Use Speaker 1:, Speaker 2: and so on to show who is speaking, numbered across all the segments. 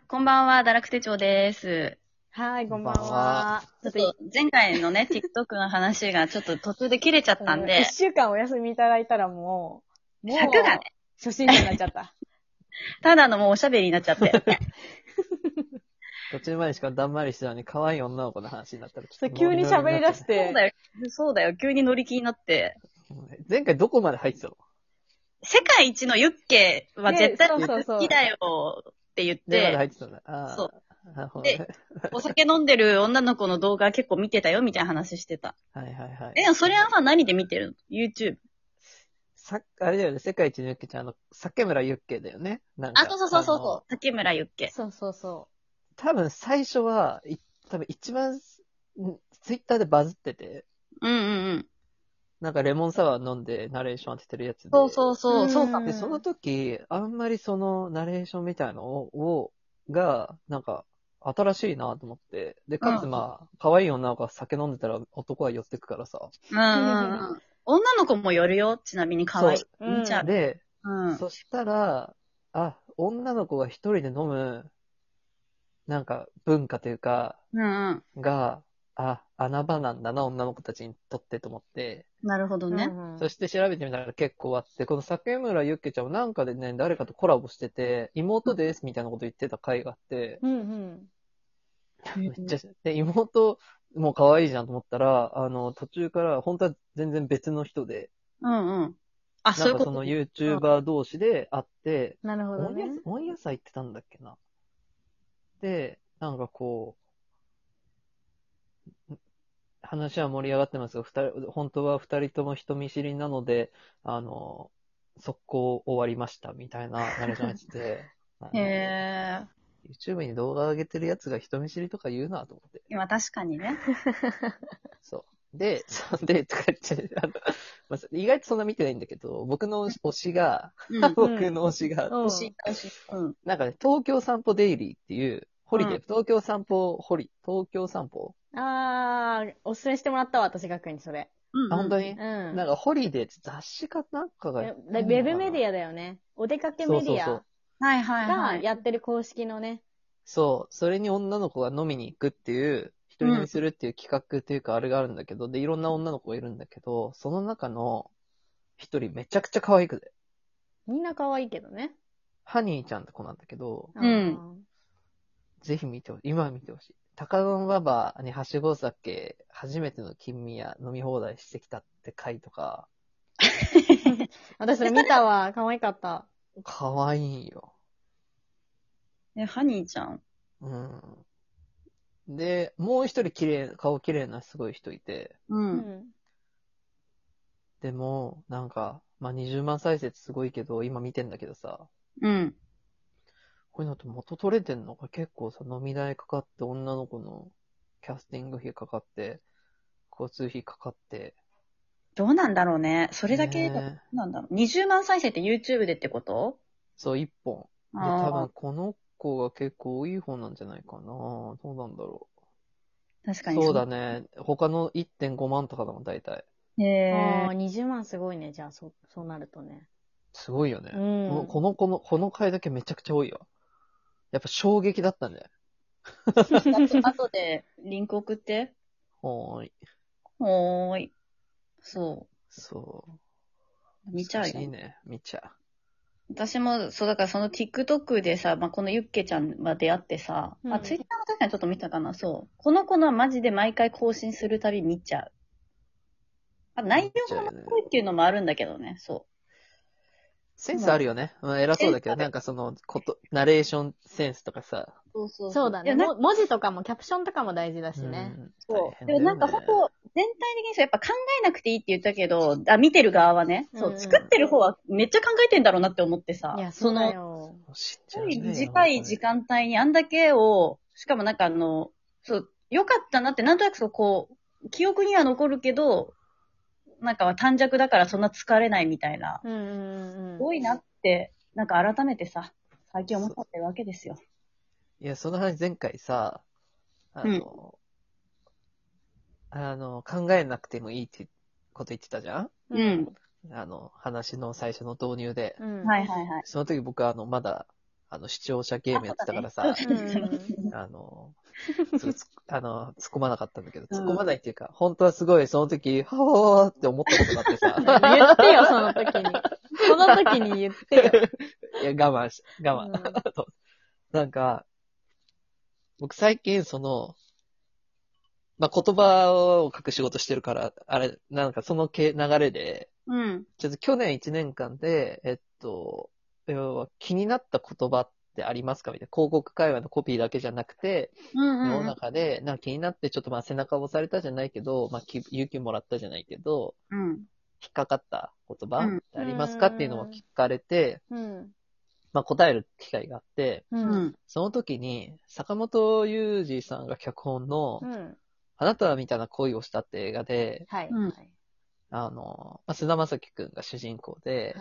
Speaker 1: こんばんは、堕落手帳です。
Speaker 2: はい、こんばんは。
Speaker 1: ちょっと前回のね、TikTok の話がちょっと途中で切れちゃったんで、
Speaker 2: 一週間お休みいただいたらも
Speaker 1: 尺がね、
Speaker 2: 初心者になっちゃった。
Speaker 1: ただのもうおしゃべりになっちゃって。
Speaker 3: 途中までしかだんまりしてたのに可愛い女の子の話になったらちょっと
Speaker 2: 急に喋り出し
Speaker 1: そう
Speaker 2: て。
Speaker 1: だよ、そうだよ、急に乗り気になって。
Speaker 3: 前回どこまで入ってたの？
Speaker 1: 世界一のユッケは絶対好きだよって言っ
Speaker 3: で、まだ入
Speaker 1: て、
Speaker 3: ってたんだ。ああ。
Speaker 1: そう。
Speaker 3: なるほどね。
Speaker 1: お酒飲んでる女の子の動画結構見てたよみたいな話してた。
Speaker 3: はいはいはい。
Speaker 1: でもそれは何で見てるの？ YouTube。
Speaker 3: あれだよね、世界一のユッケちゃん、竹村ユッケだよね。なんか。
Speaker 1: そう。竹村ユッケ。
Speaker 2: そう。
Speaker 3: 多分最初は、多分一番、ツイッターでバズってて、なんかレモンサワー飲んでナレーション当ててるやつで。
Speaker 1: そうか。
Speaker 3: で、その時、あんまりそのナレーションみたいのが、なんか、新しいなと思って。で、かつまあ、可愛い女の子が酒飲んでたら男は寄ってくからさ。
Speaker 1: 女の子も寄るよ、ちなみに可愛い。見ちゃう。
Speaker 3: で、そしたら、女の子が一人で飲む、なんか文化というか、が、穴場なんだな、女の子たちにとってと思って。
Speaker 1: なるほどね。
Speaker 3: そして調べてみたら結構あって、この竹村ゆっけちゃんはなんかでね、誰かとコラボしてて、妹ですみたいなこと言ってた回があって、めっちゃ、で、妹も可愛いじゃんと思ったら、途中から本当は全然別の人で、
Speaker 1: そういうこと。
Speaker 3: なんかその YouTuber 同士で会って、
Speaker 2: なるほどね。
Speaker 3: 温野菜ってたんだっけな。で、なんかこう、話は盛り上がってますが、本当は二人とも人見知りなので、速攻終わりましたみたいなナレーションやってて、
Speaker 1: へ
Speaker 3: YouTube に動画上げてるやつが人見知りとか言うなと思って。
Speaker 1: 今確かにね。
Speaker 3: そう。で、とか言って、意外とそんな見てないんだけど、僕の推しが、
Speaker 1: 推し。
Speaker 3: なんかね、東京散歩デイリーっていう、東京散歩。
Speaker 2: おすすめしてもらったわ、私学園にそれ。
Speaker 3: 本当になんかホリデーって雑誌かなんかが。
Speaker 2: ウェブメディアだよね。お出かけメディアがやってる公式のね。
Speaker 3: そう。それに女の子が飲みに行くっていう、一人飲みするっていう企画っていうかあれがあるんだけど、で、いろんな女の子がいるんだけど、その中の一人めちゃくちゃ可愛くて。
Speaker 2: みんな可愛いけどね。
Speaker 3: ハニーちゃんって子なんだけど、ぜひ今見てほしい。高野馬場にはしご酒、初めての金宮飲み放題してきたって回とか。
Speaker 2: 私それ見たわ。可愛かった。
Speaker 3: 可愛いよ。
Speaker 1: ハニーちゃん。
Speaker 3: で、もう一人顔綺麗なすごい人いて。でも、なんか、20万再生ってすごいけど、今見てんだけどさ。こういうのって元取れてんのか結構さ、飲み代かかって、女の子のキャスティング費かかって、交通費かかって。
Speaker 1: どうなんだろうね。それだけ、なんだろう。20万再生って YouTube でってこと？
Speaker 3: そう、1本。で、多分この子が結構多い方なんじゃないかな。どうなんだろう。
Speaker 1: 確かに
Speaker 3: そうだね。他の 1.5 万とかだもん、大体。
Speaker 2: 20万すごいね。じゃあ、そうなるとね。
Speaker 3: すごいよね。この回だけめちゃくちゃ多いわ。やっぱ衝撃だったんだよ。
Speaker 1: 後でリンク送って。
Speaker 3: ほーい。
Speaker 1: そう。見ちゃうよ。
Speaker 3: いいね。見ちゃう。
Speaker 1: 私も、だからその TikTok でさ、このユッケちゃんは出会ってさ、Twitter も確かにちょっと見たかな、そう。この子のはマジで毎回更新するたび見ちゃう。内容がすごいっていうのもあるんだけどね、そう。
Speaker 3: センスあるよね。偉そうだけど、なんかナレーションセンスとかさ。
Speaker 2: そうだね。文字とかもキャプションとかも大事だしね。
Speaker 1: そう。でもなんか本当、全体的にやっぱ考えなくていいって言ったけど、見てる側はね、そう、作ってる方はめっちゃ考えてんだろうなって思ってさ。
Speaker 2: いや、そうだよ。
Speaker 1: 短い時間帯にあんだけを、しかもなんかそう、良かったなって、なんとなく記憶には残るけど、なんか短尺だからそんな疲れないみたいな。すごいなって、なんか改めてさ、最近思ったってわけですよ。
Speaker 3: いや、その話前回さ、考えなくてもいいってこと言ってたじゃん？話の最初の導入で。
Speaker 1: はい。
Speaker 3: その時僕まだ、 視聴者ゲームやってたからさ、突っ込まなかったんだけど、突っ込まないっていうか、本当はすごいその時、はわーって思ったことがあってさ。
Speaker 2: 言ってよ、その時に。その時に言ってよ。
Speaker 3: いや、我慢。なんか、僕最近まあ、言葉を書く仕事してるから、あれ、なんかその流れで、ちょっと去年1年間で、要は気になった言葉ってありますかみたいな。広告会話のコピーだけじゃなくて、世の中で、なんか気になってちょっとまあ背中を押されたじゃないけど、まあ勇気もらったじゃないけど、引っかかった言葉ってありますかっていうのを聞かれて、まあ答える機会があって、その時に、坂本雄二さんが脚本の、あなたはみたいな恋をしたって映画で、まあ、菅田将暉くんが主人公で、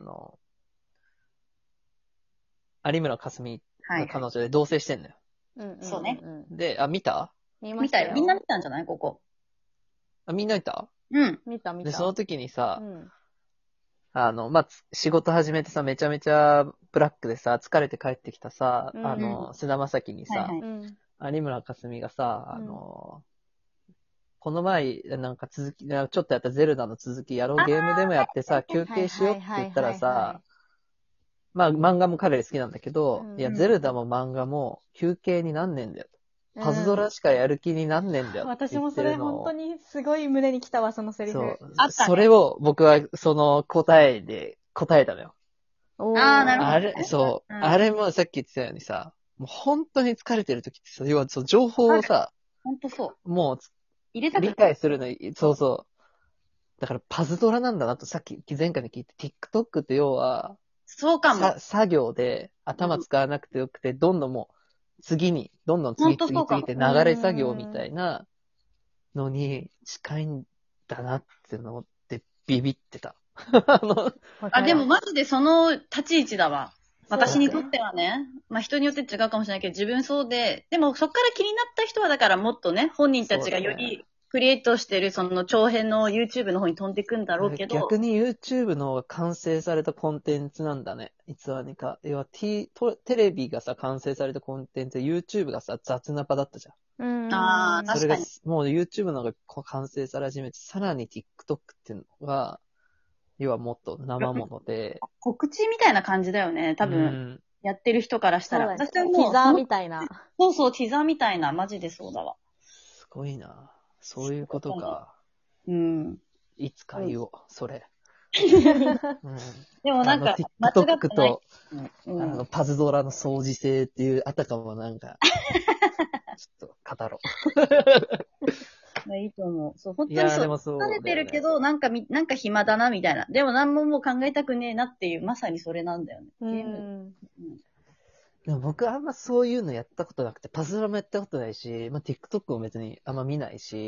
Speaker 3: 有村架純が彼女で同棲してんのよ。
Speaker 1: そうね。
Speaker 3: で、見た
Speaker 1: 見たよ。みんな見たんじゃないここ。
Speaker 3: みんな見た
Speaker 2: 見た。
Speaker 3: で、その時にさ、まあ、仕事始めてさ、めちゃめちゃブラックでさ、疲れて帰ってきたさ、菅田将暉にさ、有村架純がさ、この前、なんかちょっとやったゼルダの続きやろう、ゲームでもやってさ、休憩しようって言ったらさ、まあ漫画も彼好きなんだけど、いや、ゼルダも漫画も休憩になんねえんだよ。パズドラしかやる気になんねえんだよ。
Speaker 2: 私もそれ本当にすごい胸に来たわ、そのセリフ。そう。
Speaker 3: それを僕はその答えたのよ。
Speaker 1: なるほど。
Speaker 3: あれ、そう。あれもさっき言ってたようにさ、もう本当に疲れてる時ってさ、要はその情報をさ、
Speaker 1: 本当そう。
Speaker 3: もう、理解するのに、そうそう。だからパズドラなんだなと、さっき前回に聞いて、TikTok って要は、
Speaker 1: そうかも。
Speaker 3: 作業で頭使わなくてよくて、どんどん次って流れ作業みたいなのに近いんだなってのってビビってた。
Speaker 1: でもマジでその立ち位置だわ。私にとってはね。まあ人によって違うかもしれないけど、自分そうで、でもそっから気になった人はだからもっとね、本人たちがよりクリエイトしてるその長編の YouTube の方に飛んでいくんだろうけど。
Speaker 3: 逆に YouTube の方が完成されたコンテンツなんだね。いつはにか。要はテレビがさ、完成されたコンテンツで YouTube がさ、雑な場だったじゃん。
Speaker 1: 確かに。
Speaker 3: それがもう YouTube の方が完成され始めて、さらに TikTok っていうのが、要はもっと生もので。
Speaker 1: 告知みたいな感じだよね。多分、やってる人からしたら。
Speaker 2: 私はもうティザーみたいな。
Speaker 1: そうそう、ティザーみたいな。マジでそうだわ。
Speaker 3: すごいな。そういうことか。いつか言おう、それ。
Speaker 1: でもなんか、
Speaker 3: TikTok と、パズドラの相似性っていう、あたかもなんか、ちょっと語ろ
Speaker 1: う。いいと思う。そう、本当にそう。疲れてるけど、なんか暇だな、みたいな。でも何ももう考えたくねえなっていう、まさにそれなんだよね。ゲーム。
Speaker 3: でも僕あんまそういうのやったことなくて、パズドラもやったことないし、まあ、TikTok も別にあんま見ないし。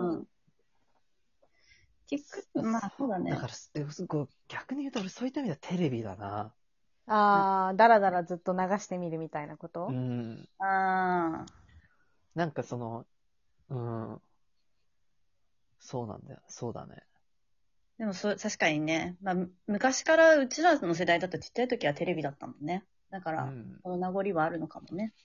Speaker 1: まあそうだね。
Speaker 3: だから、逆に言うと俺そういった意味ではテレビだな。
Speaker 2: だらだらずっと流してみるみたいなこと？
Speaker 3: なんかそうなんだよ。そうだね。
Speaker 1: でも確かにね、まあ、昔からうちらの世代だとちっちゃい時はテレビだったもんね。だから、この名残はあるのかもね。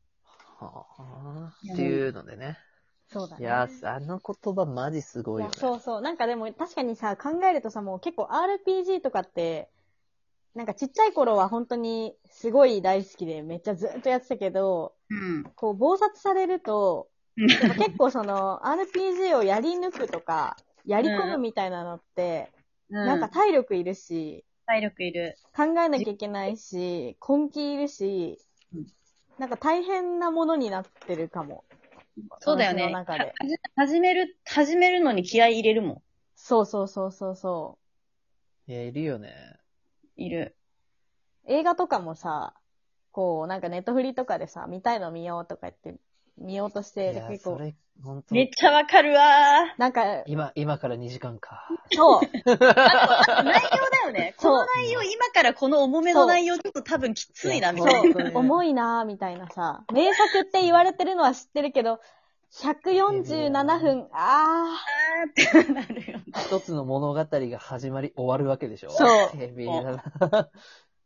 Speaker 3: っていうのでね。
Speaker 2: そうだね。
Speaker 3: いや、あの言葉マジすごいよね。
Speaker 2: そうそう。なんかでも確かにさ、考えるとさ、もう結構 RPG とかって、なんかちっちゃい頃は本当にすごい大好きでめっちゃずっとやってたけど、こう忙殺されると、結構その RPG をやり抜くとか、やり込むみたいなのって、なんか体力いるし、
Speaker 1: 体力いる。
Speaker 2: 考えなきゃいけないし、根気いるし、なんか大変なものになってるかも。
Speaker 1: そうだよね。始めるのに気合い入れるもん。
Speaker 2: そう。
Speaker 3: いや、いるよね。
Speaker 1: いる。
Speaker 2: 映画とかもさ、こう、なんかネットフリとかでさ、見たいの見ようとか言って、見ようとして、結構。
Speaker 1: めっちゃわかるわー。
Speaker 2: なんか、
Speaker 3: 今から2時間か。
Speaker 2: そう。
Speaker 1: 内容だよね。この内容、今からこの重めの内容、ちょっと多分きついな、みたいな。
Speaker 2: 重いなー、みたいなさ。名作って言われてるのは知ってるけど、147分、
Speaker 1: ってなるよね。
Speaker 3: 一つの物語が始まり終わるわけでしょ。
Speaker 2: そう。
Speaker 3: ヘビーだな。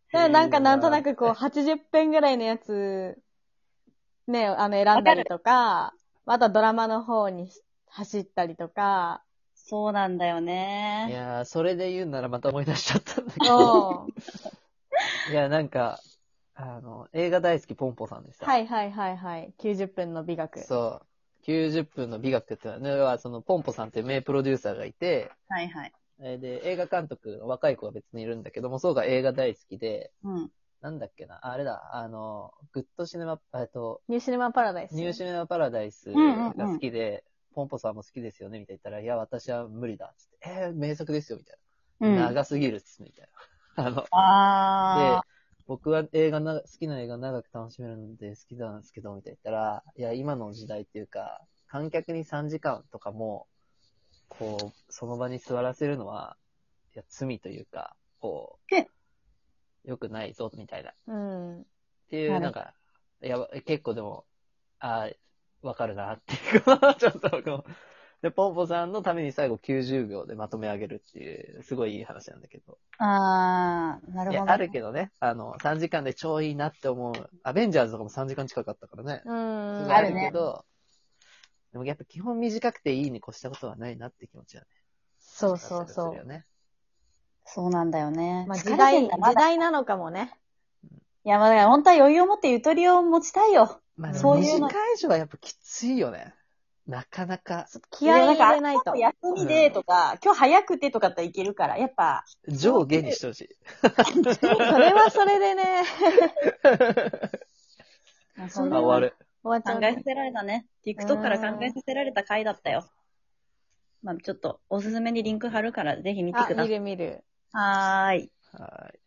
Speaker 2: なんかなんとなくこう80分ぐらいのやつ、ね、選んだりとか、あとはドラマの方に走ったりとか。
Speaker 1: そうなんだよね。
Speaker 3: いやー、それで言うならまた思い出しちゃったんだけど。いや、なんか、映画大好きポンポさんでさ。
Speaker 2: はいはいはいはい。90分の美学。
Speaker 3: そう。90分の美学ってのは、そのポンポさんっていう名プロデューサーがいて、
Speaker 1: はいはい。
Speaker 3: で、映画監督の若い子が別にいるんだけども、そうが映画大好きで、
Speaker 1: うん。
Speaker 3: なんだっけな、あれだ、グッドシネマ、
Speaker 2: ニューシネマパラダイス。
Speaker 3: ニューシネマパラダイスが好きで、ポンポさんも好きですよね、みたいな言ったら、いや、私は無理だ、つって、名作ですよ、みたいな。長すぎるっす、みたいな。で、僕は好きな映画長く楽しめるんで好きなんですけど、みたいな言ったら、いや、今の時代っていうか、観客に3時間とかも、こう、その場に座らせるのは、いや、罪というか、こう、良くないぞ、みたいな。っていう、なんか、いや、結構でも、わかるなっていうか、ちょっとこう、で、ポンポさんのために最後90秒でまとめ上げるっていう、すごいいい話なんだけど。
Speaker 1: なるほど。
Speaker 3: いや、あるけどね、3時間で超いいなって思う。アベンジャーズとかも3時間近かったからね。あるけど、でもやっぱ基本短くていいに越したことはないなって気持ちはね。
Speaker 2: そうそうそう。
Speaker 1: そうなんだよね。
Speaker 2: まあ時代なのかもね。
Speaker 1: いや、まあだから本当は余裕を持ってゆとりを持ちたいよ。
Speaker 3: まあそういうの。2時間以上はやっぱきついよね。なかなか。
Speaker 2: 気合い入れないと。
Speaker 1: 休みでとか、今日早くてとかっていけるから、やっぱ。
Speaker 3: 上下にしてほしい。
Speaker 2: それはそれでね。
Speaker 3: 終わる。
Speaker 1: 考えさせられたね。TikTok から考えさせられた回だったよ。まあちょっとおすすめにリンク貼るからぜひ見てください。
Speaker 2: 見る。
Speaker 1: はーい。
Speaker 3: はい。